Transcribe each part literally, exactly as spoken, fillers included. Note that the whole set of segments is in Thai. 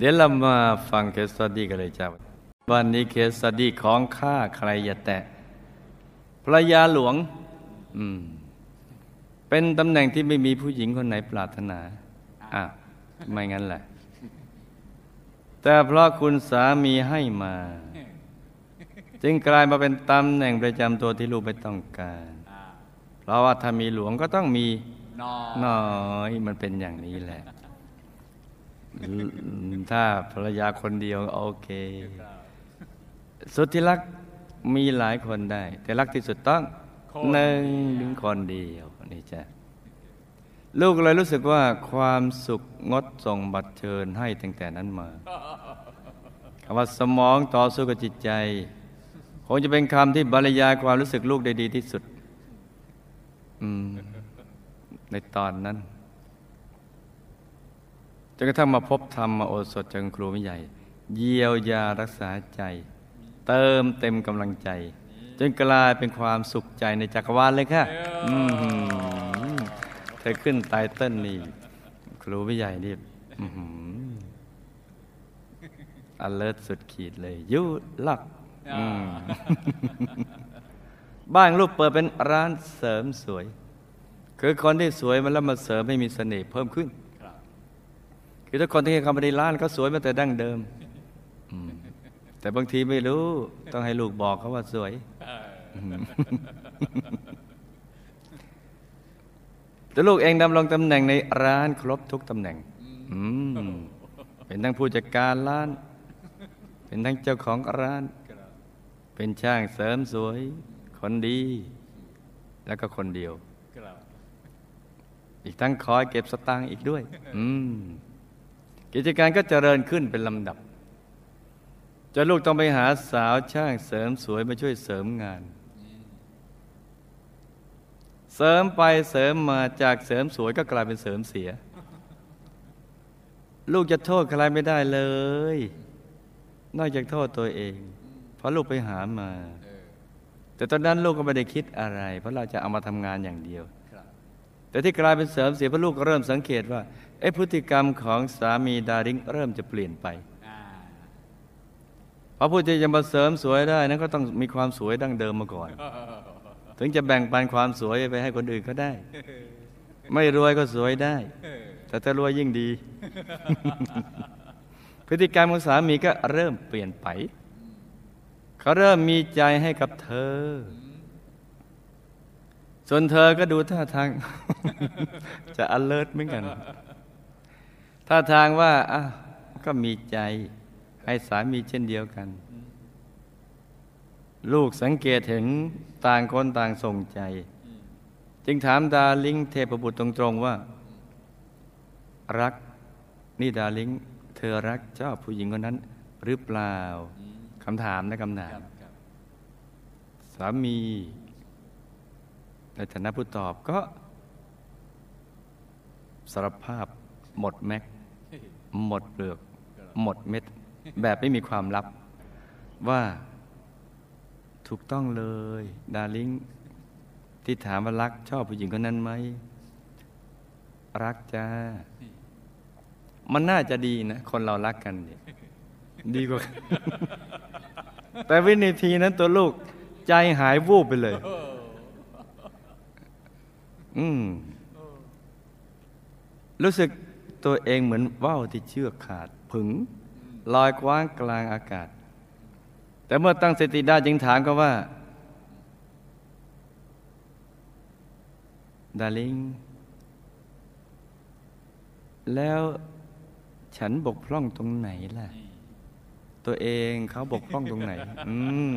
ดี๋ยวเรามาฟังเคสสตัดดี้กันเลยจ้าวันนี้เคสสตัดดี้ของข้าใครอย่าแตะภรรยาหลวงอืมเป็นตำแหน่งที่ไม่มีผู้หญิงคนไหนปรารถนาอ่ะไม่งั้นแหละแต่เพราะคุณสามีให้มาจึงกลายมาเป็นตำแหน่งประจำตัวที่ลูกไม่ต้องการเพราะว่าถ้ามีหลวงก็ต้องมีน้อยมันเป็นอย่างนี้แหละถ้าภรรยาคนเดียวโอเคสุดที่รักมีหลายคนได้แต่รักที่สุดต้องหนึ่งถึงคนเดียวนี่จ้ะลูกเลยรู้สึกว่าความสุขงดส่งบัตรเชิญให้ตั้งแต่นั้นมาคำว่าสมองต่อสู้กับจิตใจคงจะเป็นคำที่บรรยายความรู้สึกลูกได้ดีที่สุดในตอนนั้นจนกระทั่งมาพบธรรมโอสถจากครูวิใหญ่เยียวยารักษาใจเติมเต็มกำลังใจจนกลายเป็นความสุขใจในจักรวาลเลยค่ะเธอขึ้นไตเติ้ลนี่ครูวิใหญ่นี่อเลิศสุดขีดเลยยุลักบ้านลูกเปิดเป็นร้านเสริมสวยคือคนที่สวยมันแล้วมาเสริมให้มีเสน่ห์เพิ่มขึ้นคือถ้าคนที่เข้ามาในร้านเขาสวยมาแต่ดั้งเดิมแต่บางทีไม่รู้ต้องให้ลูกบอกเขาว่าสวยแต่ลูกเองดำรงตำแหน่งในร้านครบทุกตำแหน่งเป็นทั้งผู้จัดการร้านเป็นทั้งเจ้าของร้านเป็นช่างเสริมสวยคนดีแล้วก็คนเดียวอีกทั้งคอยเก็บสตางค์อีกด้วยกิจการก็เจริญขึ้นเป็นลำดับจนลูกต้องไปหาสาวช่างเสริมสวยมาช่วยเสริมงานเสริมไปเสริมมาจากเสริมสวยก็กลายเป็นเสริมเสียลูกจะโทษใครไม่ได้เลยนอกจากโทษตัวเองเพราะลูกไปหามาแต่ตอนนั้นลูกก็ไม่ได้คิดอะไรเพราะเราจะเอามาทำงานอย่างเดียวแต่ที่กลายเป็นเสริมเสียเพราะลูกก็เริ่มสังเกตว่าไอ้พฤติกรรมของสามีดาริงเริ่มจะเปลี่ยนไปเพราะผู้ที่จะมาเสริมสวยได้นั้นก็ต้องมีความสวยดั้งเดิมมาก่อนถึงจะแบ่งปันความสวยไปให้คนอื่นก็ได้ไม่รวยก็สวยได้แต่ถ้ารวยยิ่งดีพฤติกรรมของสามีก็เริ่มเปลี่ยนไปเขาเริ่มมีใจให้กับเธอส่วนเธอก็ดูท่าทางจะ alert เหมือนกันท่าทางว่าอ่ะก็มีใจให้สามีเช่นเดียวกันลูกสังเกตเห็นต่างคนต่างส่งใจจึงถามดาลิงเทพบุตรตรงๆว่ารักนี่ดาลิงเธอรักชอบผู้หญิงคนนั้นหรือเปล่าคำถามนะคำถามสามีในฐานะผู้ตอบก็สารภาพหมดแม็กหมดเปลือกหมดเม็ดแบบไม่มีความลับว่าถูกต้องเลยดาริ่งที่ถามว่ารักชอบผู้หญิงคนนั้นไหมรักจ้ามันน่าจะดีนะคนเรารักกันเนี่ยดีกว่า แต่วินาทีนั้นตัวลูกใจหายวูบไปเลยอืมรู้สึกตัวเองเหมือนว่าวที่เชือกขาดผึ่งลอยคว้างกลางอากาศแต่เมื่อตั้งสติได้จึงถามเขาว่าดาริ่งแล้วฉันบกพร่องตรงไหนล่ะตัวเองเขาบกพร่องตรงไหนอืม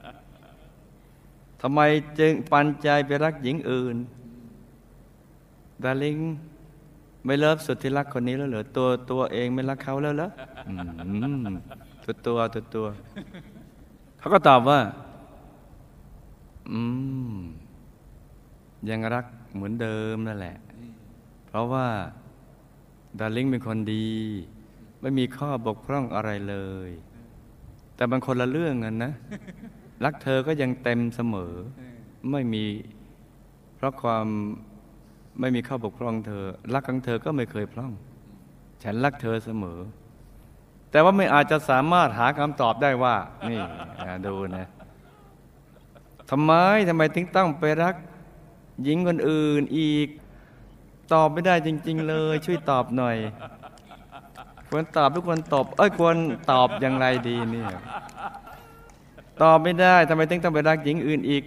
ทำไมจึงปันใจไปรักหญิงอื่นดาริ่งไม่เลิฟสุดที่รักคนนี้แล้วเหรอตัวตัวเองไม่รักเขาแล้วเหรอตัวตัวตัวตัวเขาก็ตอบว่าอืมยังรักเหมือนเดิมนั่นแหละเพราะว่าดาริ่งเป็นคนดีไม่มีข้อบกพร่องอะไรเลยแต่บางคนละเรื่องกันนะรักเธอก็ยังเต็มเสมอไม่มีเพราะความไม่มีข้อบกพร่องเธอรักของเธอก็ไม่เคยพร่องฉันรักเธอเสมอแต่ว่าไม่อาจจะสามารถหาคำตอบได้ว่านี่ดูนะทำไมทำไมถึงต้องไปรักหญิงคนอื่นอีกตอบไม่ได้จริงๆเลยช่วยตอบหน่อยควรตอบทุกคนตอบเอ้ยควรตอบอย่างไรดีเนี่ยตอบไม่ได้ทำไมถึงต้องไปรักหญิงอื่นอีก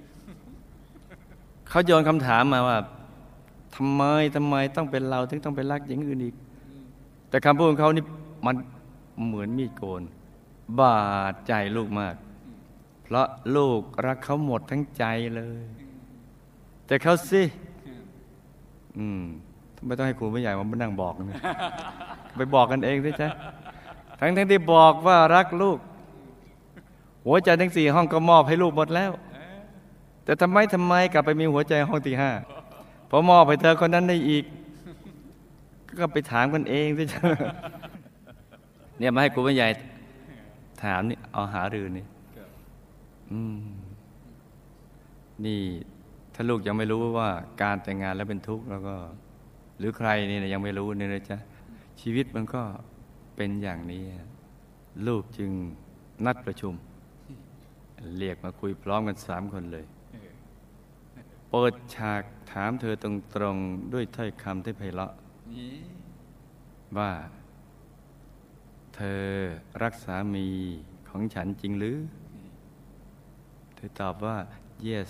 เขาโยนคำถามมาว่าทำไมทำไมต้องเป็นเราถึงต้องไปรักหญิงอื่นอีกแต่คำพูดของเขานี่มันเหมือนมีดโกนบาดใจลูกมากเพราะลูกรักเขาหมดทั้งใจเลยแต่เขาสิอืมไม่ต้องให้ครูผู้ใหญ่มานั่งบอกนะไปบอกกันเองสิจ๊ะทั้งทั้งที่บอกว่ารักลูกหัวใจทั้งสี่ห้องก็มอบให้ลูกหมดแล้วแต่ทำไมทำไมกลับไปมีหัวใจห้องที่ห้าพอมอบให้เธอคนนั้นได้อีกก็ไปถามกันเองสิจ๊ะเนี่ยมาให้ครูผู้ใหญ่ถามนี่เอาหารือนี่อืมนี่ถ้าลูกยังไม่รู้ว่าการแต่งงานแล้วเป็นทุกข์แล้วก็หรือใครนี่ยังไม่รู้เนี่ยนะจ๊ะชีวิตมันก็เป็นอย่างนี้ลูกจึงนัดประชุมเรียกมาคุยพร้อมกันสามคนเลยเปิดฉากถามเธอตรงๆด้วยถ้อยคำที่ไพเราะว่าเธอรักสามีของฉันจริงหรือเธอตอบว่า yes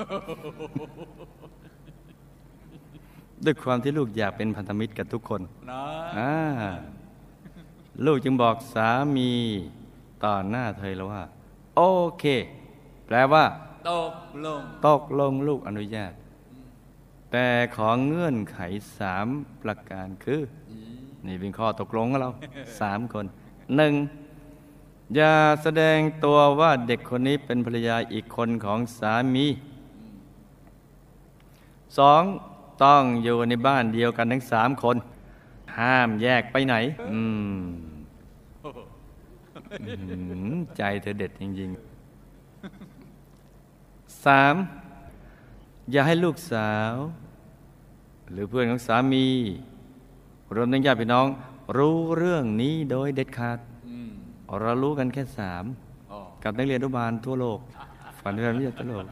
ด้วยความที่ลูกอยากเป็นพันธมิตรกับทุกคนอ่าลูกจึงบอกสามีต่อหน้าเธอแล้วว่าโอเคแปลว่าตกลงตกลงลูกอนุญาตแต่ขอเงื่อนไขสามประการคือนี่เป็นข้อตกลงของเราสามคนหนึ่งอย่าแสดงตัวว่าเด็กคนนี้เป็นภรรยาอีกคนของสามีสองต้องอยู่ในบ้านเดียวกันทั้งสามคนห้ามแยกไปไหนอืมใจเธอเด็ดจริงๆสามอย่าให้ลูกสาวหรือเพื่อนของสามีรวมทั้งญาติพี่น้องรู้เรื่องนี้โดยเด็ดขาดเรารู้กันแค่สามกับนักเรียนอนุบาลทั่วโลกฝันเรียนวิทยาทั่วโลก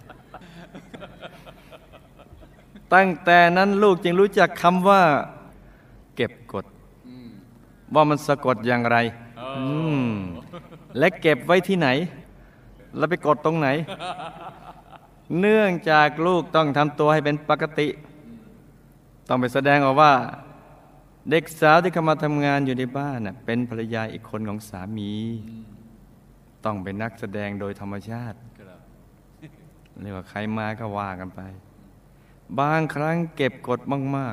ตั้งแต่นั้นลูกจึงรู้จักคำว่าเก็บกดว่ามันสะกดอย่างไรและเก็บไว้ที่ไหนแล้วไปกดตรงไหนเนื่องจากลูกต้องทำตัวให้เป็นปกติต้องไปแสดงออกว่าเด็กสาวที่เข้ามาทำงานอยู่ในบ้านน่ะเป็นภรรยาอีกคนของสามีต้องเป็นนักแสดงโดยธรรมชาติเรียกว่าใครมาก็ว่ากันไปบางครั้งเก็บกดมาก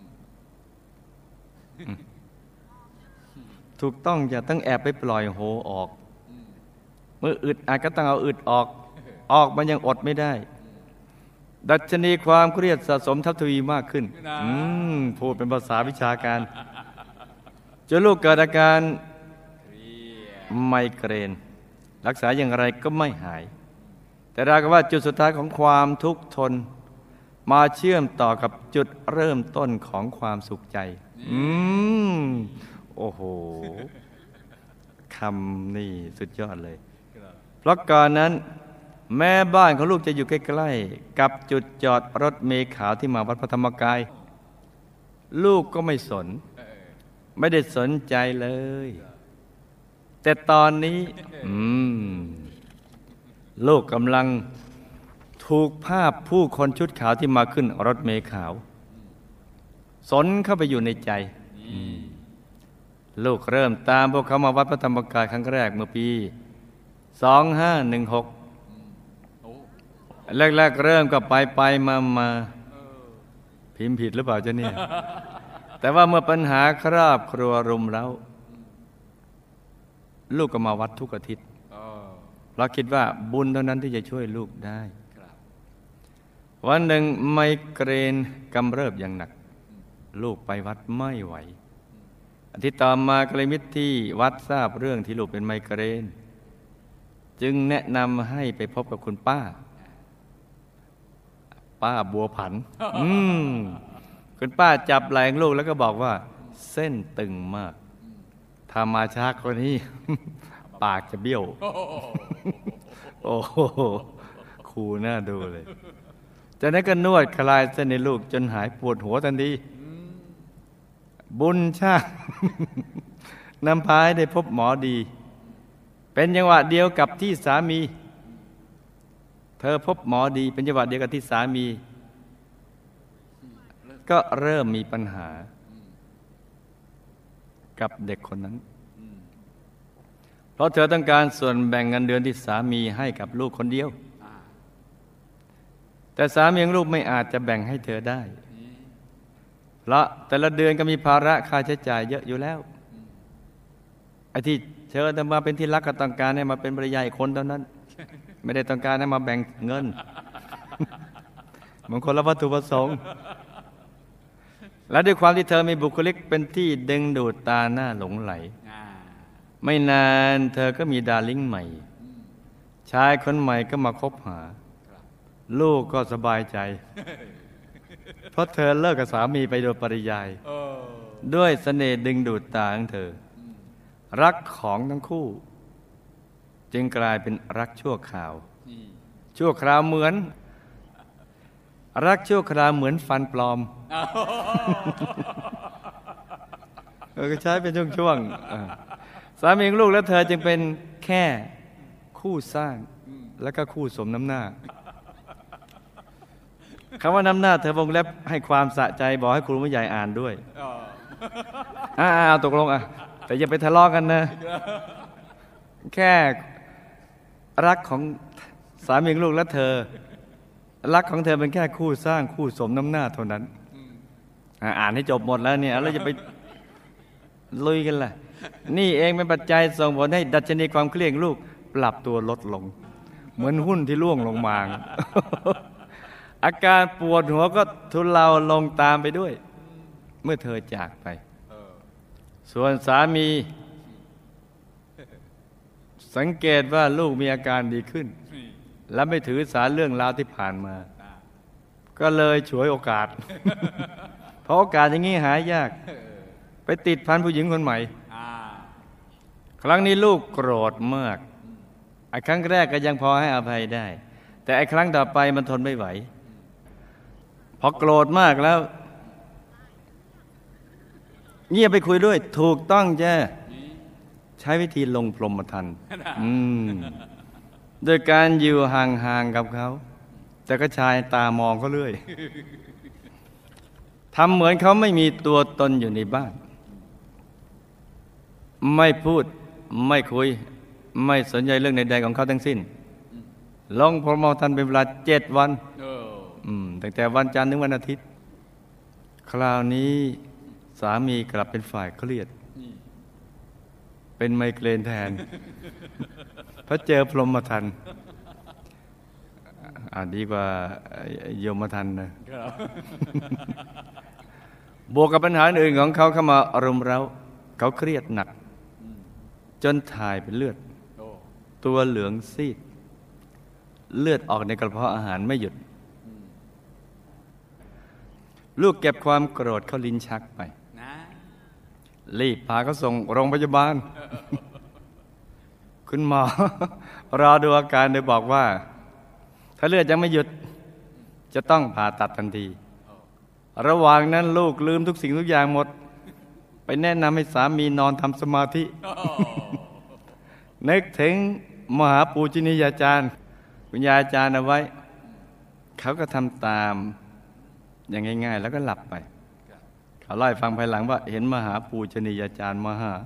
ๆถูกต้องอย่าต้องแอบไปปล่อยโฮออกเมื่ออึดอาจก็ต้องเอาอึดออกออกมันยังอดไม่ได้ดัชนีความเครียดสะสมทับทวีมากขึ้นพูดเป็นภาษาวิชาการจนลูกเกิดอาการไมเกรนรักษาอย่างไรก็ไม่หายแต่ราวกับว่าจุดสุดท้ายของความทุกข์ทนมาเชื่อมต่อกับจุดเริ่มต้นของความสุขใจอืมโอ้โหคำนี่สุดยอดเลยเพราะก่อนนั้นแม่บ้านของลูกจะอยู่ใกล้ๆกับจุดจอดรถเมล์ขาวที่มาวัดพระธรรมกายลูกก็ไม่สนไม่ได้สนใจเลยแต่ตอนนี้อืมลูกกำลังถูกภาพผู้คนชุดขาวที่มาขึ้นรถเมล์ขาวสนเข้าไปอยู่ในใจลูกเริ่มตามพวกเขามาวัดพระธรรมกายครั้งแรกเมื่อปีสองห้าหนึ่งหกแรกๆเริ่มก็ไปไปมามาพิมพ์ผิดหรือเปล่าเจ้าเนี่ยแต่ว่าเมื่อปัญหาครอบครัวรุมเร้าลูกก็มาวัดทุกอาทิตย์เราคิดว่าบุญเท่านั้นที่จะช่วยลูกได้วันหนึ่งไมเกรนกำเริบอย่างหนักลูกไปวัดไม่ไหวอาทิตย์ต่อมากัลยาณมิตรที่วัดทราบเรื่องที่ลูกเป็นไมเกรนจึงแนะนำให้ไปพบกับคุณป้าป้าบัวผันอืมคุณป้าจับไหล่ลูกแล้วก็บอกว่าเส้นตึงมากทถ้ามาช้ากว่านี้ ปากจะเบี้ยว โอ้โหคูน่าดูเลยจากนั้นก็นวดคลายเส้นในลูกจนหายปวดหัวทันทีบุญชาติ นำพาให้ได้พบหมอดี เป็นจังหวะเดียวกับที่สามี เธอพบหมอดีเป็นจังหวะเดียวกับที่สามี ก็เริ่มมีปัญหากับเด็กคนนั้นเพราะเธอต้องการส่วนแบ่งเงินเดือนที่สามีให้กับลูกคนเดียวแต่สามีของลูกไม่อาจจะแบ่งให้เธอได้เพราะแต่ละเดือนก็มีภาระค่าใช้จ่ายเยอะอยู่แล้วไอ้ที่เธอจะมาเป็นที่รักก็ต้องการให้มาเป็นภรรยาอีกคนเท่านั้นไม่ได้ต้องการให้มาแบ่งเงินมันคนละวัตถุประสงค์และด้วยความที่เธอมีบุคลิกเป็นที่ดึงดูดตาหน้าหลงไหลไม่นานเธอก็มีดาริ่งใหม่ชายคนใหม่ก็มาคบหาลูกก็สบายใจเพราะเธอเลิกกับสามีไปโดยปริยายด้วยเสน่ห์ดึงดูดตาของเธอรักของทั้งคู่จึงกลายเป็นรักชั่วคราวชั่วคราวเหมือนรักชั่วคราวเหมือนฟันปลอมเออก็ใช้เป็นช่วงๆสามีของลูกและเธอจึงเป็นแค่คู่สร้างและก็คู่สมน้ำหน้าคำว่าน้ำหน้าเธอวงเล็บให้ความสะใจบอกให้ครูผู้ใหญ่อ่านด้วยอ่าเอาตกลงอ่ะแต่อย่าไปทะเลาะกันนะแค่รักของสามีของลูกและเธอรักของเธอเป็นแค่คู่สร้างคู่สมน้ำหน้าเท่านั้นอ่านให้จบหมดแล้วเนี่ยแล้วจะไปลุยกันล่ะนี่เองเป็นปัจจัยส่งผลให้ดัชนีความเครียดลูกปรับตัวลดลงเหมือนหุ้นที่ร่วงลงมา อาการปวดหัวก็ทุเลาลงตามไปด้วยเมื่อเธอจากไปส่วนสามีสังเกตว่าลูกมีอาการดีขึ้นและไม่ถือสาเรื่องราวที่ผ่านมาก็เลยฉวยโอกาส เพราะโอกาสอย่างนี้หายากไปติดพันผู้หญิงคนใหม่ครั้งนี้ลูกโกรธมากไอ้ครั้งแรกก็ยังพอให้อภัยได้แต่ไอ้ครั้งต่อไปมันทนไม่ไหวพอโกรธมากแล้วเงียบไปคุยด้วยถูกต้องจ้ะใช้วิธีลงพรหมทัณฑ์โดยการอยู่ห่างๆกับเขาแต่ก็ชายตามองเขาเรื่อยทำเหมือนเขาไม่มีตัวตนอยู่ในบ้านไม่พูดไม่คุยไม่สนใจเรื่องใดๆของเขาทั้งสิ้นลงพรหมทัณฑ์เป็นเวลาเจ็ดวันตั้งแต่วันจันทร์ถึงวันอาทิตย์คราวนี้สามีกลับเป็นฝ่ายเครียดเป็นไมเกรนแทนเพราะเจอพรหมทัณฑ์อ่าดีกว่าโยมทัณฑ์นะบวกกับปัญหาอื่นของเขาเข้ามาอารมณ์เราเขาเครียดหนักจนถ่ายเป็นเลือดตัวเหลืองซีดเลือดออกในกระเพาะอาหารไม่หยุดลูกเก็บความโกรธเข้าลิ้นชักไปรีบพาเขาส่งโรงพยาบาลคุณหมอรอดูอาการโดยบอกว่าถ้าเลือดยังไม่หยุดจะต้องผ่าตัดทันทีระหว่างนั้นลูกลืมทุกสิ่งทุกอย่างหมดไปแนะนำให้สามีนอนทำสมาธินึกถึงมหาปูชนียาจารย์คุณยายอาจารย์เอาไว้เขาก็ทำตามอย่างง่ายๆแล้วก็หลับไปเขาเล่าให้ฟังภายหลังว่าเห็นมหาปูชนียาจารย์มาหา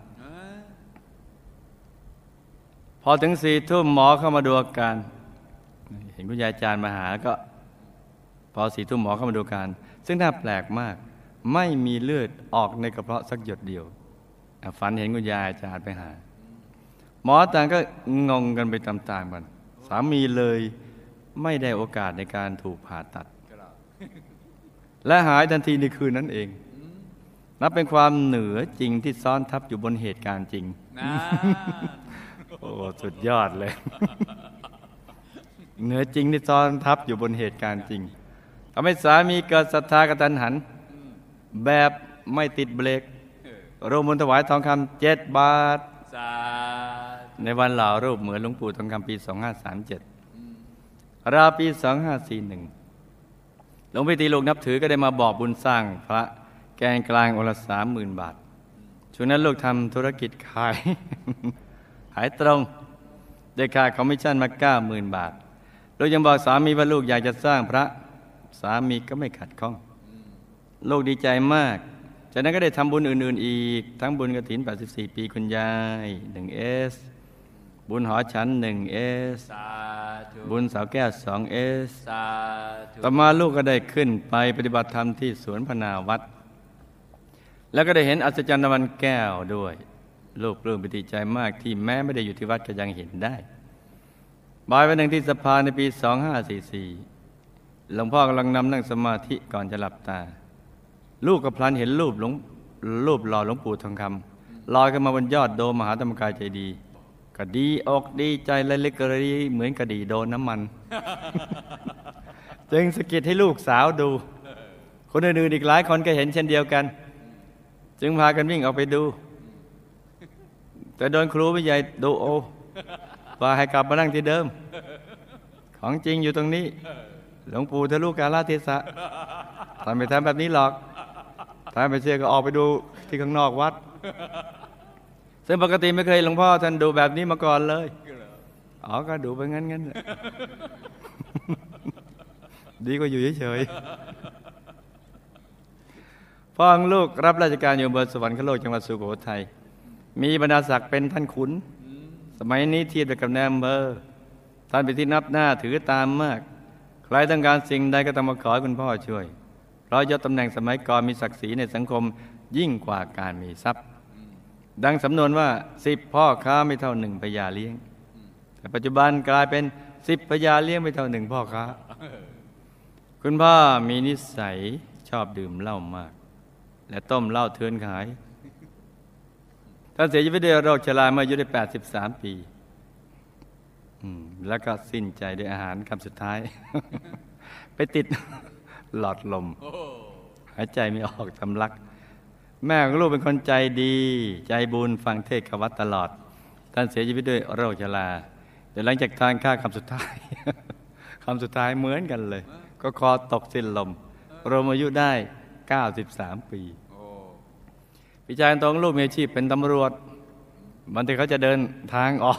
พอถึงสี่ทุ่มหมอเข้ามาดูอาการเห็นคุณยายอาจารย์มาหาก็พอสี่ทุ่มหมอเข้ามาดูอาการซึ่งน่าแปลกมากไม่มีเลือดออกในกระเพาะสักหยดเดียวฝันเห็นคุณยายอาจารย์ไปหาหมอต่างก็งงกันไปตามๆกันสามีเลยไม่ได้โอกาสในการถูกผ่าตัดและหายทันทีในคืนนั้นเองนับเป็นความเหนือจริงที่ซ้อนทับอยู่บนเหตุการณ์จริงโอ้สุดยอดเลยเหนือจริงที่ซ้อนทับอยู่บนเหตุการณ์จริงทำให้สามีเกิดศรัทธากตัญหันแบบไม่ติดเบรกรวมมูลถวายทองคำเจ็ดบาทในวันหล่อรูปเหมือนหลวงปู่ทองคำปีสองห้าสามเจ็ดราวปีสองห้าสี่หนึ่งหลวงพี่ตีลูกนับถือก็ได้มาบอกบุญสร้างพระแกนกลางองค์ละสามหมื่นบาทช่วงนั้นลูกทำธุรกิจขาย ขายตรงได้ค่าคอมมิชชั่นมาเก้าหมื่นบาทลูกยังบอกสามีว่าลูกอยากจะสร้างพระสามีก็ไม่ขัดข้องลูกดีใจมากจากนั้นก็ได้ทำบุญอื่นๆอีกทั้งบุญกฐินแปดสิบสี่ปีคุณยายหนึ่งเอสบุญหอฉันหนึ่งเอสบุญสาวแก้วสองเอสต่อมาลูกก็ได้ขึ้นไปปฏิบัติธรรมที่สวนพนาวัดแล้วก็ได้เห็นอัศจรรย์ตะวันแก้วด้วยลูกปลื้มปิติใจมากที่แม้ไม่ได้อยู่ที่วัดก็ยังเห็นได้บ่ายวันหนึ่งที่สภาในปีสองห้าสี่สี่หลวงพ่อกำลังนำนั่งสมาธิก่อนจะหลับตาลูกก็พลันเห็นรูปหลวงรูปหล่อหลวงปู่ทองคำลอยขึ้นมาบนยอดโดมมหาธรรมกายใจดีก็ดีอกดีใจและเล็กกระดีเหมือนกระดีโดนน้ำมัน จึงสะกิดให้ลูกสาวดูคนอื่นๆอีกหลายคนก็เห็นเช่นเดียวกันจึงพากันวิ่งออกไปดูแต่โดนครูวิใหญ่ดูโอว่าให้กลับมานั่งที่เดิมของจริงอยู่ตรงนี้หลวงปู่ทะลุกาลเทศะท่านไม่ทำแบบนี้หรอกถ้าไม่เชื่อก็ออกไปดูที่ข้างนอกวัดซึ่งปกติไม่เคยหลวงพ่อท่านดูแบบนี้มาก่อนเลยอ๋อก็ดูไปงั้นงั้นดีกว่าอยู่เฉยๆพ่อของลูกรับราชการอยู่อำเภอสวรรคโลกจังหวัดสุโขทัยมีบรรดาศักดิ์เป็นท่านขุนสมัยนี้เทียบกับนายอำเภอท่านเป็นที่นับหน้าถือตามมากใครต้องการสิ่งใดก็ต้องมาขอให้คุณพ่อช่วยเพราะยศตำแหน่งสมัยก่อนมีศักดิ์ศรีในสังคมยิ่งกว่าการมีทรัพย์ดังสำนวนว่าสิบพ่อค้าไม่เท่าหนึ่งพญาเลี้ยงแต่ปัจจุบันกลายเป็นสิบพญาเลี้ยงไม่เท่าหนึ่งพ่อค้าคุณพ่อมีนิสัยชอบดื่มเหล้ามากและต้มเหล้าเถื่อนขายท่านเสียชีวิตด้วยโรคชราเมื่ออายุได้แปดสิบสามปีแล้วก็สิ้นใจด้วยอาหารคำสุดท้าย ไปติด หลอดลมหายใจไม่ออกทำลักแม่ของลูกเป็นคนใจดีใจบุญฟังเทศน์ขวัตตลอดท่านเสียชีวิตด้วยโรคชราเดี๋ยวหลังจากทานข้าวคำสุดท้าย คำสุดท้ายเหมือนกันเลยก็คอตกสิ้นลมรวมอายุได้เก้าสิบสามปีพี่ชายตรงลูกมีอาชีพเป็นตำรวจวันที่เขาจะเดินทางออก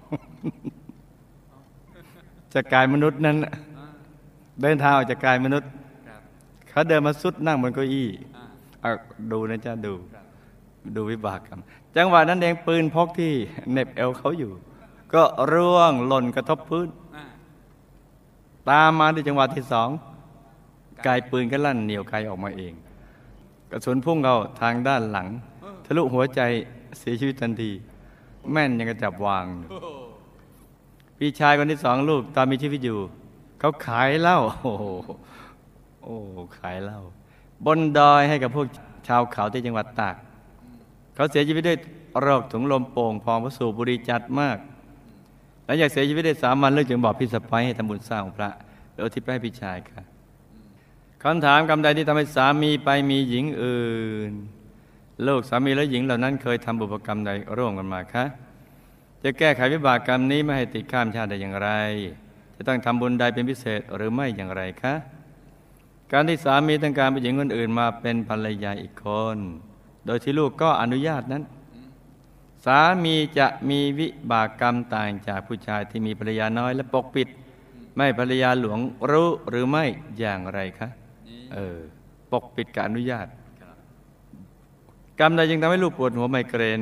จากกายมนุษย์นั้นเดินทางออกจากกายมนุษย์เขาเดินมาสุดนั่งบนเก้าอี้ดูนะจ๊ะดูดูวิบากกรรมจังหวะนั้นเองปืนพกที่เหน็บเอวเขาอยู่ก็ร่วงหล่นกระทบพื้นตามมาในจังหวะที่สองกายปืนก็ลั่นเหนี่ยวไกออกมาเองกระสุนพุ่งเข้าทางด้านหลังทะลุหัวใจเสียชีวิตทันทีแม่นยังกระจับวางพี่ชายคนที่สองลูกตอนมีชีวิตอยู่เขาขายเหล้าโอ้โหโอ้ขายเหล้าบนดอยให้กับพวกชาวเขาที่จังหวัดตากเขาเสียชีวิตด้วยโรคถุงลมโป่งพองเพราะสูบบุหรี่จัดมากหลังจากเสียชีวิตได้สามวันลูกจึงบอกพี่สะใภ้ให้ทำบุญสร้างองค์พระแล้วอุทิศไปให้พี่ชายค่ะคำถามกรรมใดที่ทำให้สามีไปมีหญิงอื่นลูกสามีและหญิงเหล่านั้นเคยทำบุพกรรมใดร่วมกันมาคะจะแก้ไขวิบากกรรมนี้ไม่ให้ติดข้ามชาติได้อย่างไรจะต้องทำบุญใดเป็นพิเศษหรือไม่อย่างไรคะการที่สามีต้องการไปหญิงคนอื่นมาเป็นภรรยาอีกคนโดยที่ลูกก็อนุญาตนั้นสามีจะมีวิบากกรรมต่างจากผู้ชายที่มีภรรยาน้อยและปกปิดไม่ภรรยาหลวงรู้หรือไม่อย่างไรคะเออปกปิดกับอนุญาตกรรมใดจึงทำให้ลูกปวดหัวไมเกรน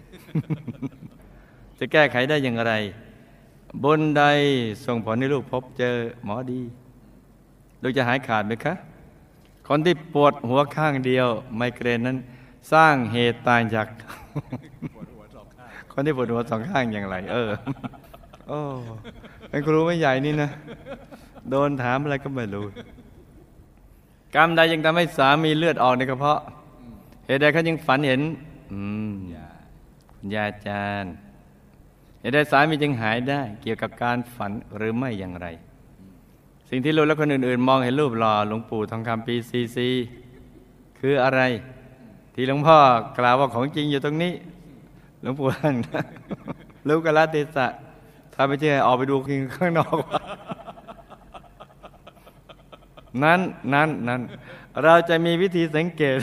จะแก้ไขได้อย่างไรบุญใดส่งผลให้ลูกพบเจอหมอดีลูกจะหายขาดไหมคะคนที่ปวดหัวข้างเดียวไมเกรนนั้นสร้างเหตุต่างจาก คนที่ปวดหัวสองข้างอย่างไรเออโอ้เป็นครูไม่ใหญ่นี่นะโดนถามอะไรก็ไม่รู้กรรมใดยังทำให้สามีเลือดออกในกระเพาะเหตุใดเขายังฝันเห็นอืมคุณยาอาจารย์เหตุใดสามีจึงหายได้เกี่ยวกับการฝันหรือไม่อย่างไรสิ่งที่ลูกและคนอื่นๆมองเห็นรูปหล่อหลวงปู่ทองคำปีซีซีคืออะไรที่หลวงพ่อกล่าวว่าของจริงอยู่ตรงนี้หลวงปู่ท่านรู้กาลเทศะถ้าไม่เชื่อออกไปดูข้างนอกนั้นนั้นนั้นเราจะมีวิธีสังเกต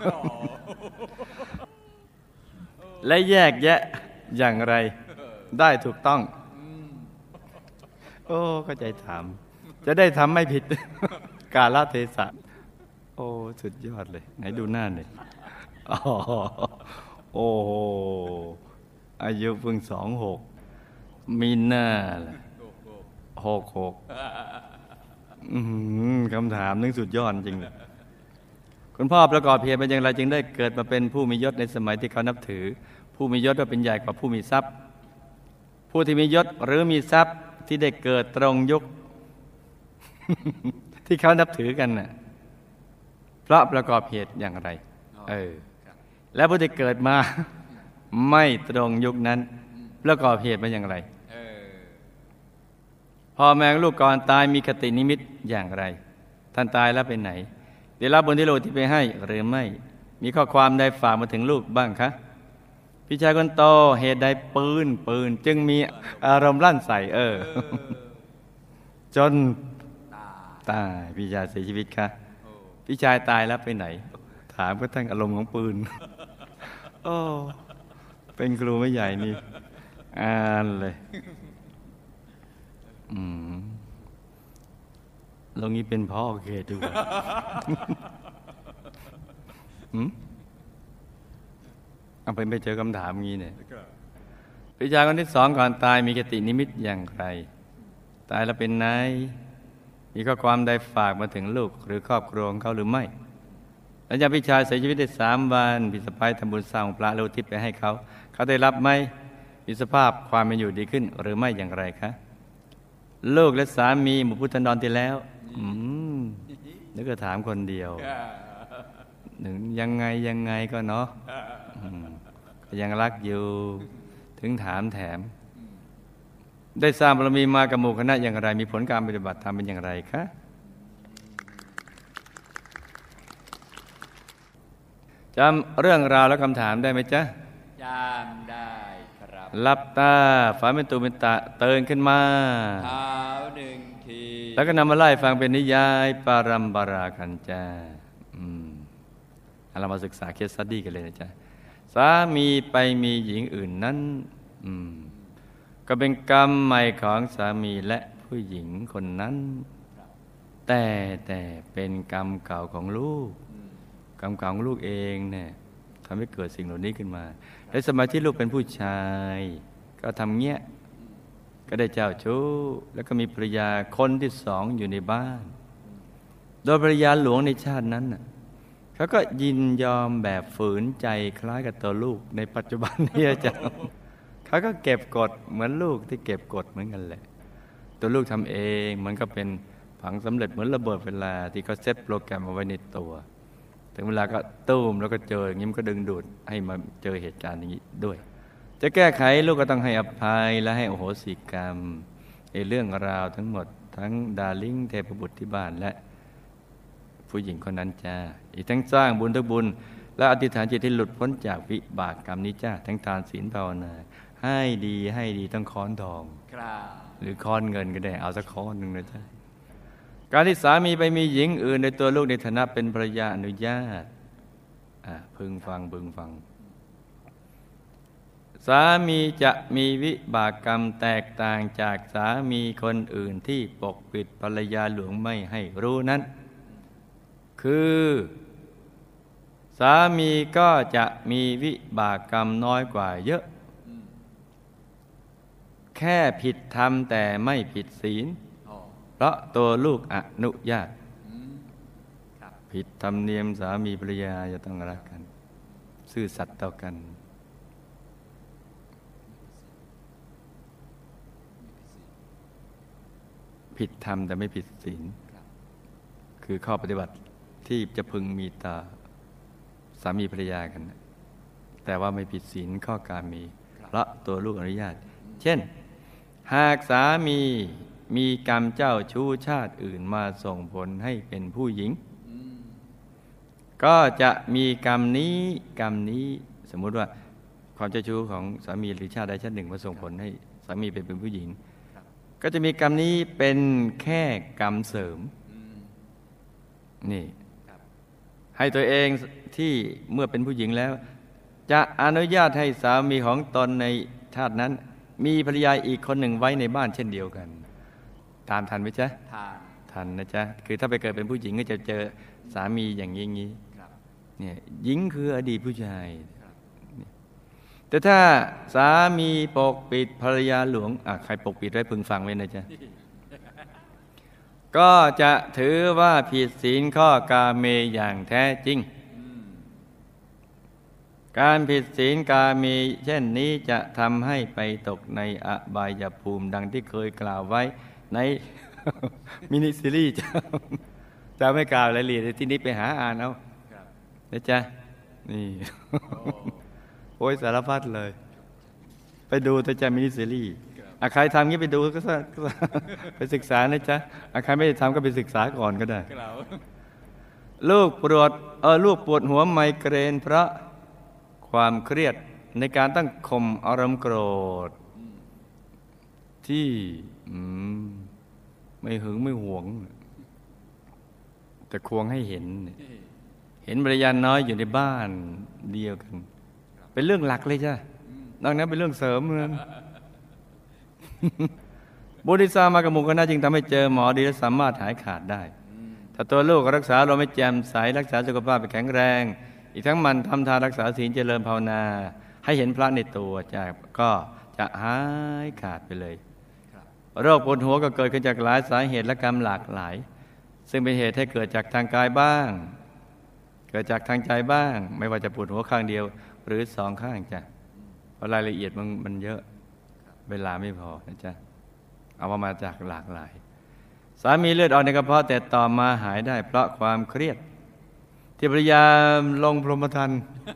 และแยกแยะอย่างไรได้ถูกต้องโอ้เข้าใจถามจะได้ทำไม่ผิดกาลเทศะโอ้สุดยอดเลยไหนดูหน้าหน่อยโอ้โหอายุเพิ่งสองหกมีหน้าหกหกคำถามนึงสุดยอดจริงเลยคุณพ่อประกอบเหตุเป็นอย่างไรจึงได้เกิดมาเป็นผู้มียศในสมัยที่เขานับถือผู้มียศว่าเป็นใหญ่กว่าผู้มีทรัพย์ผู้ที่มียศหรือมีทรัพย์ที่ได้เกิดตรงยุค ที่เขานับถือกันน่ะเพราะประกอบเหตุอย่างไรเออแล้วผู้ที่เกิดมา ไม่ตรงยุคนั้นประกอบเหตุมาอย่างไรพอแมงลูกก่อนตายมีคตินิมิตอย่างไรท่านตายแล้วไปไหนได้รับบุญที่ลูกที่ไปให้หรือไม่มีข้อความใดฝากมาถึงลูกบ้างคะพี่ชายคนโตเหตุใดปืนปืนจึงมีอารมณ์ลั่นใส่เออ จนตายพี่ชายเสียชีวิตคะพี่ชายตายแล้วไปไหนถามก็ทั้งอารมณ์ของปืน โอ้เป็นครูไม่ใหญ่นี่อ่านเลยอืมลงนี้เป็นพ่อโอเคดูก่อนอืมเอาไปไม่เจอคำถามงี้เนี่ยพี่ชายคนที่สองก่อนตายมีคตินิมิตอย่างไรตายแล้วเป็นไงมีข้อความใดฝากมาถึงลูกหรือครอบครัวของเขาหรือไม่หลังจากพี่ชายเสียชีวิตได้สามวันพี่สะใภ้ทำบุญสร้างพระโลทิพย์ไปให้เขาเขาได้รับไหมมีสภาพความเป็นอยู่ดีขึ้นหรือไม่อย่างไรคะลูกและสามีหมู่พุทธันดรที่แล้วอืมนึกก็ถามคนเดียวหนึ่งยังไงยังไงก็เนาะก็ยังรักอยู่ถึงถามแถมได้สร้างบารมีมากับหมู่คณะอย่างไรมีผลการปฏิบัติธรรมเป็นอย่างไรคะจำเรื่องราวและคำถามได้ไหมจ๊ะจำได้ครับหลับตาฝันเป็นตุเป็นตะเตือนขึ้นมาเท้าหนึ่งทีแล้วก็นำมาไล่ฟังเป็นนิยายปารัมปรากันจ้าอืมเรามาศึกษาเคสสตั๊ดดี้กันเลยนะจ๊ะสามีไปมีหญิงอื่นนั้นอืมก็เป็นกรรมใหม่ของสามีและผู้หญิงคนนั้นแต่แต่เป็นกรรมเก่าของลูกกรรมเก่าของลูกเองเนี่ยทำให้เกิดสิ่งเหล่านี้ขึ้นมาในสมัยที่ลูกเป็นผู้ชายก็ทำเงี้ยก็ได้เจ้าชู้แล้วก็มีภรรยาคนที่สองอยู่ในบ้านโดยภรรยาหลวงในชาตินั้นน่ะเขาก็ยินยอมแบบฝืนใจคล้ายกับตัวลูกในปัจจุบันนี้อาจารย์เขาก็เก็บกดเหมือนลูกที่เก็บกดเหมือนกันแหละตัวลูกทำเองมันก็เป็นผังสำเร็จเหมือนระเบิดเวลาที่เขาเซตโปรแกรมเอาไว้ในตัวถึงเวลาก็ตุ้มแล้วก็เจออย่างนี้มันก็ดึงดูดให้มาเจอเหตุการณ์อย่างนี้ด้วยจะแก้ไขลูกก็ต้องให้อภัยและให้อโหสิกรรมในเรื่องราวทั้งหมดทั้งดาริ่งเทพบุตรที่บ้านและผู้หญิงคนนั้นจ้าอีกทั้งสร้างบุญทุกบุญและอธิษฐานจิตที่หลุดพ้นจากวิบากกรรมนี้จ้าทั้งทานศีลภาวนาให้ดีให้ดีต้องค้อนทองหรือค้อนเงินก็ได้เอาสักค้อนหนึ่งนะจ้าการที่สามีไปมีหญิงอื่นในตัวลูกในฐานะเป็นภรรยาอนุญาตพึงฟังพึงฟังสามีจะมีวิบากกรรมแตกต่างจากสามีคนอื่นที่ปกปิดภรรยาหลวงไม่ให้รู้นั้นคือสามีก็จะมีวิบากกรรมน้อยกว่าเยอะแค่ผิดธรรมแต่ไม่ผิดศีลเพราะตัวลูกอนุญาตผิดธรรมเนียมสามีภรรยาจะต้องรักกันซื่อสัตย์ต่อกันผิดธรรมแต่ไม่ผิดศีลคือข้อปฏิบัติที่จะพึงมีต่อสามีภรรยากันแต่ว่าไม่ผิดศีลข้อการมีเพราะตัวลูกอนุญาตเช่นหากสามีมีกรรมเจ้าชู้ชาติอื่นมาส่งผลให้เป็นผู้หญิงก็จะมีกรรมนี้กรรมนี้สมมุติว่าความเจ้าชู้ของสามีหรือชาติใดชาติหนึ่งมาส่งผลให้สามีไปเป็นผู้หญิงก็จะมีกรรมนี้เป็นแค่กรรมเสริมนี่ให้ตัวเองที่เมื่อเป็นผู้หญิงแล้วจะอนุญาตให้สามีของตนในชาตินั้นมีภรรยาอีกคนหนึ่งไว้ในบ้านเช่นเดียวกันตามทันไหมจ๊ะทานทันนะจ๊ะคือถ้าไปเกิดเป็นผู้หญิงก็จะเจอสามีอย่างนี้งี้เนี่ยหญิงคืออดีตผู้ชายแต่ถ้าสามีปกปิดภรรยาหลวงอ่ะใครปกปิดไว้พึงฟังไว้นะจ๊ะก็จะถือว่าผิดศีลข้อกาเมอย่างแท้จริงการผิดศีลกาเมเช่นนี้จะทำให้ไปตกในอบายภูมิดังที่เคยกล่าวไว้ใน มินิซีรีส์จะจะไม่กล่าวรายละเอียดที่นี้ไปหาอ่านเอานะจ๊ะนี่ โอ้ยสารพัดเลย ไปดูแต่จะมินิซีรีส์อาใครทำงี้ไปดูก็ไปศึกษานะจ๊ะอาใครไม่ได้ทำก็ไปศึกษาก่อนก็ได้ลูกปวดเออลูกปวดหัวไมเกรนเพราะความเครียดในการตั้งข่มอารมณ์โกรธที่ไม่หึงไม่หวงแต่ควงให้เห็นเห็นภรรยาน้อยอยู่ในบ้านเดียวกันเป็นเรื่องหลักเลยจ้ะนอกนั้นเป็นเรื่องเสริมเลยบุริษามากมุกนะจึงทำให้เจอหมอดีและสามารถหายขาดได้ถ้าตัวลูกรักษาเราไม่แจ่มใสรักษาสุขภาพไปแข็งแรงอีกทั้งมันทำทานรักษาศีลเจริญภาวนาให้เห็นพระในตัวจะก็จะหายขาดไปเลยโรคปวดหัวก็เกิดขึ้นจากหลายสาเหตุและกรรมหลากหลายซึ่งเป็นเหตุให้เกิดจากทางกายบ้างเกิดจากทางใจบ้างไม่ว่าจะปวดหัวข้างเดียวหรือสองข้างจ้ะเพราะรายละเอียดมันมันเยอะเวลาไม่พอนะจ๊ะเอามาจากหลากหลายสามีเลือดออกในกระเพาะแต่ต่อมาหายได้เพราะความเครียดที่พยายามลงพรหมทัน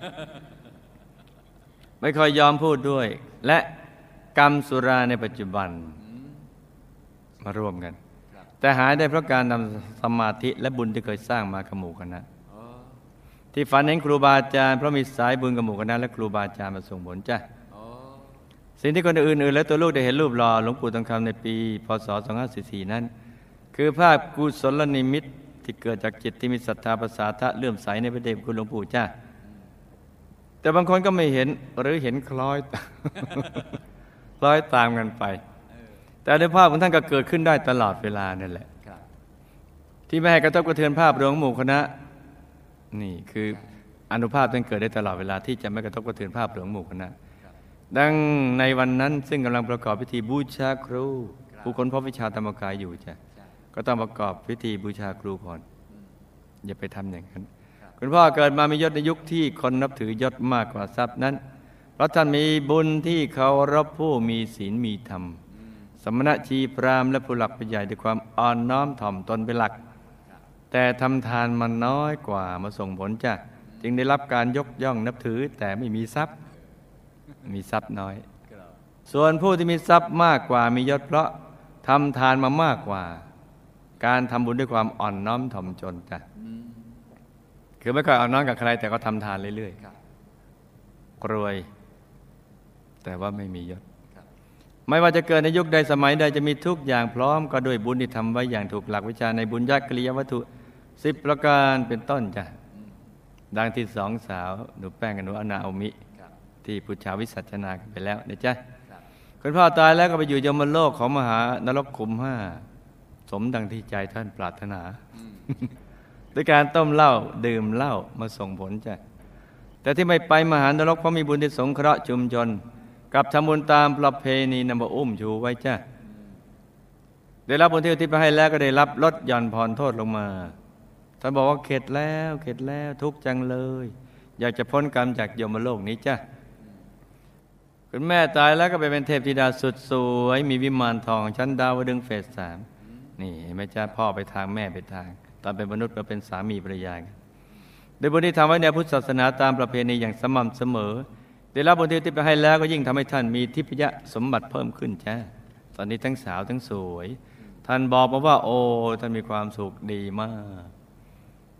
ไม่ค่อยยอมพูดด้วยและกรรมสุราในปัจจุบันมาร่วมกันแต่หายได้เพราะการทำสมาธิและบุญที่เคยสร้างมากับหมู่คณะที่ฝันเห็นครูบาอาจารย์เพราะมีสายบุญกับหมู่คณะและครูบาอาจารย์มาส่งผลจ้ะสิ่งที่คนอื่นๆและตัวลูกได้เห็นรูปหล่อหลวงปู่ทองคำในปีพศสองพันห้าร้อยสี่สิบสี่นั้นคือภาพกุศลนิมิตที่เกิดจากจิตที่มีศรัทธาประสาทะเลื่อมใสในพระเดชคุณหลวงปู่จ้าแต่บางคนก็ไม่เห็นหรือเห็นคล้อย คล้อยตามกันไปแต่ในภาพของท่านก็เกิดขึ้นได้ตลอดเวลานั่นแหละที่ไม่ให้กระทบกระเทือนภาพรวมหมู่คณะนี่คืออานุภาพท่านเกิดได้ตลอดเวลาที่จะไม่กระทบกระเทือนภาพรวมหมู่คณะดังในวันนั้นซึ่งกำลังประกอบพิธีบูชาครูผู้ค้นพบวิชาธรรมกายอยู่จ้ะก็ต้องประกอบพิธีบูชาครูก่อนอย่าไปทำอย่างนั้นคุณพ่อเกิดมามียศในยุคที่คนนับถือยศมากกว่าทรัพย์นั้นเพราะท่านมีบุญที่เคารพผู้มีศีลมีธรรมสมณะชีพราหมณ์และผู้หลักผู้ใหญ่ด้วยความอ่อนน้อมถ่อมตนเป็นหลักแต่ทำทานมันน้อยกว่ามาส่งผลจ้ะจึงได้รับการยกย่องนับถือแต่ไม่มีทรัพย์มีทรัพย์น้อยส่วนผู้ที่มีทรัพย์มากกว่ามียศเพราะทำทานมามากกว่าการทำบุญด้วยความอ่อนน้อมถ่อมตนจ้ะคือไม่ค่อยอ่อนน้อมกับใครแต่ก็ทำทานเรื่อยๆรวยแต่ว่าไม่มียศไม่ว่าจะเกิดในยุคใดสมัยใดจะมีทุกอย่างพร้อมก็ด้วยบุญที่ทำไว้อย่างถูกหลักวิชาในบุญญกิริยวัตถุสิบประการเป็นต้นจ้ะดังที่สองสาวหนูแป้งกับหนูอนาโอมิที่พุทธาวิสัชนากันไปแล้วนะจ๊ะคุณพ่อตายแล้วก็ไปอยู่ยมโลกของมหานรกขุมห้าสมดังที่ใจท่านปรารถนาด้วยการต้มเหล้าดื่มเหล้ามาส่งผลจ้ะแต่ที่ไม่ไปมหานรกเพราะมีบุญที่สงเคราะห์ชุมชนกับทำบุญตามประเพณีนำมาอุ้มชูไว้จ้ะได้รับบุญที่อุทิศไปให้แล้วก็ได้รับลดหย่อนผ่อนโทษลงมาท่านบอกว่าเข็ดแล้วเข็ดแล้วทุกข์จังเลยอยากจะพ้นกรรมจากยมโลกนี้จ้ะคุณแม่ตายแล้วก็ไปเป็นเทพธิดาสุดสวยมีวิมานทองชั้นดาวดึงส์เฟสสามนี่เห็นไหมจ้ะพ่อไปทางแม่ไปทางตอนเป็นมนุษย์ก็เป็นสามีภรรยากันโดยบุญที่ทำไว้ในพุทธศาสนาตามประเพณีอย่างสม่ำเสมอได้รับบุญที่อุทิศไปให้แล้วก็ยิ่งทำให้ท่านมีทิพยสมบัติเพิ่มขึ้นจ้ะตอนนี้ทั้งสาวทั้งสวยท่านบอกมาว่าโอ้ท่านมีความสุขดีมาก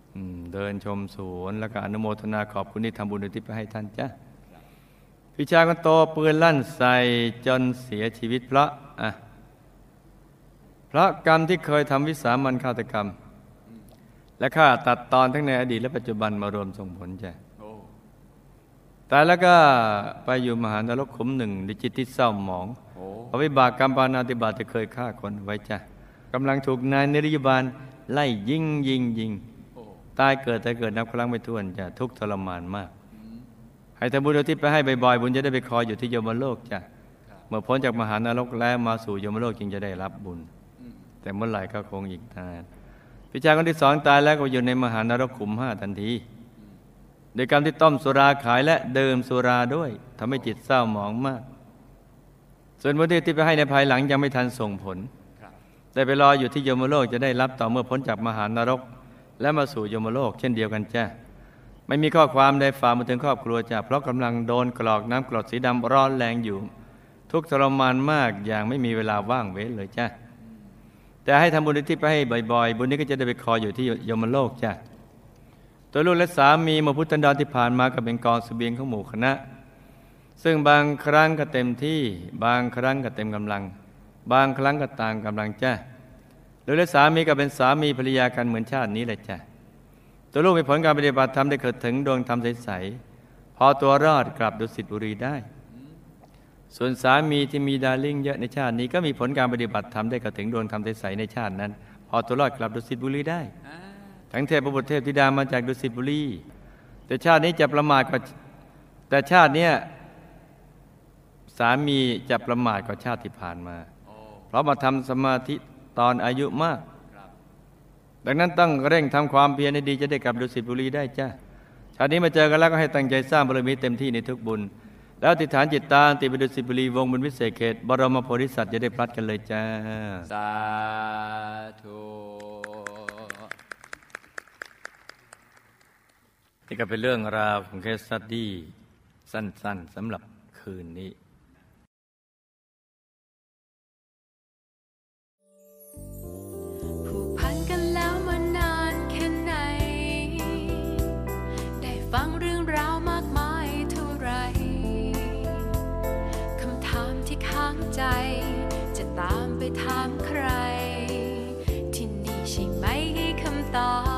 เดินชมสวนแล้วก็อนุโมทนาขอบคุณที่ทำบุญอุทิศไปให้ท่านจ้ะพี่ชายคนโตปืนลั่นใส่จนเสียชีวิตเพราะอ่ะเพราะกรรมที่เคยทำวิสามัญฆาตกรรมและฆ่าตัดตอนทั้งในอดีตและปัจจุบันมารวมส่งผลจ้ะตายแล้วก็ไปอยู่มหานรกขุมหนึ่งดิจิตที่เศร้าหมองเพราะวิบากกรรมปาณาติบาตที่เคยฆ่าคนไว้จ้ะกำลังถูกนายนิรยบาลไล่ยิงยิงยิงตายเกิดแต่เกิดนับครั้งไม่ถ้วนจะทุกข์ทรมานมากให้ทำบุญอุทิศไปให้บ่อยๆบุญจะได้ไปคอยอยู่ที่ยมโลกจ้ะเมื่อพ้นจากมหานรกแล้วมาสู่ยมโลกจึงจะได้รับบุญแต่เมื่อไหร่ก็คงอีกนานพี่ชายคนที่สองตายแล้วก็อยู่ในมหานรกขุมห้าทันทีโดยกรรมที่ต้มสุราขายและดื่มสุราด้วยทำให้จิตเศร้าหมองมากส่วนบุญที่ไปให้ในภายหลังยังไม่ทันส่งผลแต่ไปรออยู่ที่ยมโลกจะได้รับต่อเมื่อพ้นจากมหานรกและมาสู่ยมโลกเช่นเดียวกันจ้ะไม่มีข้อความใดฝากมาถึงครอบครัวจ้ะเพราะกำลังโดนกรอกน้ำกรดสีดำร้อนแรงอยู่ทุกทรมานมากอย่างไม่มีเวลาว่างเว้นเลยจ้ะแต่ให้ทำบุญที่ไปให้บ่อยๆบุญนี้ก็จะได้ไปคอยอยู่ที่ยมโลกจ้ะตัวลูกและสามีมาพุทธันดรที่ผ่านมาก็เป็นกองเสบียงของหมู่คณะซึ่งบางครั้งก็เต็มที่บางครั้งก็เต็มกำลังบางครั้งก็ต่างกำลังจ้ะลูกและสามีก็เป็นสามีภรรยากันเหมือนชาตินี้แหละจ้ะตัวลูกมีผลการปฏิบัติธรรมได้เกิดถึงดวงธรรมใสๆพอตัวรอดกลับดุสิตบุรีได้ส่วนสามีที่มีดาริ่งเยอะในชาตินี้ก็มีผลการปฏิบัติธรรมได้เกิดถึงดวงธรรมใสๆในชาตินั้นพอตัวรอดกลับดุสิตบุรีได้ทั้งเทพบุตรเทพธิดามาจากดุสิตบุรีแต่ชาตินี้จะประมาทกว่าแต่ชาตินี้สามีจะประมาทกว่าชาติที่ผ่านมาเพราะมาทำสมาธิตอนอายุมากดังนั้นต้องเร่งทำความเพียรให้ดีจะได้กลับดุสิตบุรีได้จ้ะชาตินี้มาเจอกันแล้วก็ให้ตั้งใจสร้างบารมีเต็มที่ในทุกบุญแล้วอธิษฐานจิตตามติไปดุสิตบุรีวงบุญวิเศษเขตบรมโพธิสัตว์จะได้พลัดกันเลยจ้าสาธุนี่ก็เป็นเรื่องราวของเคสสตัดดี้สั้นๆสำหรับคืนนี้ผูกพันกันแล้วมานานแค่ไหนได้ฟังเรื่องราวมากมายเท่าไรคำถามที่ค้างใจจะตามไปถามใครที่นี่ใช่ไหมให้คำตอบ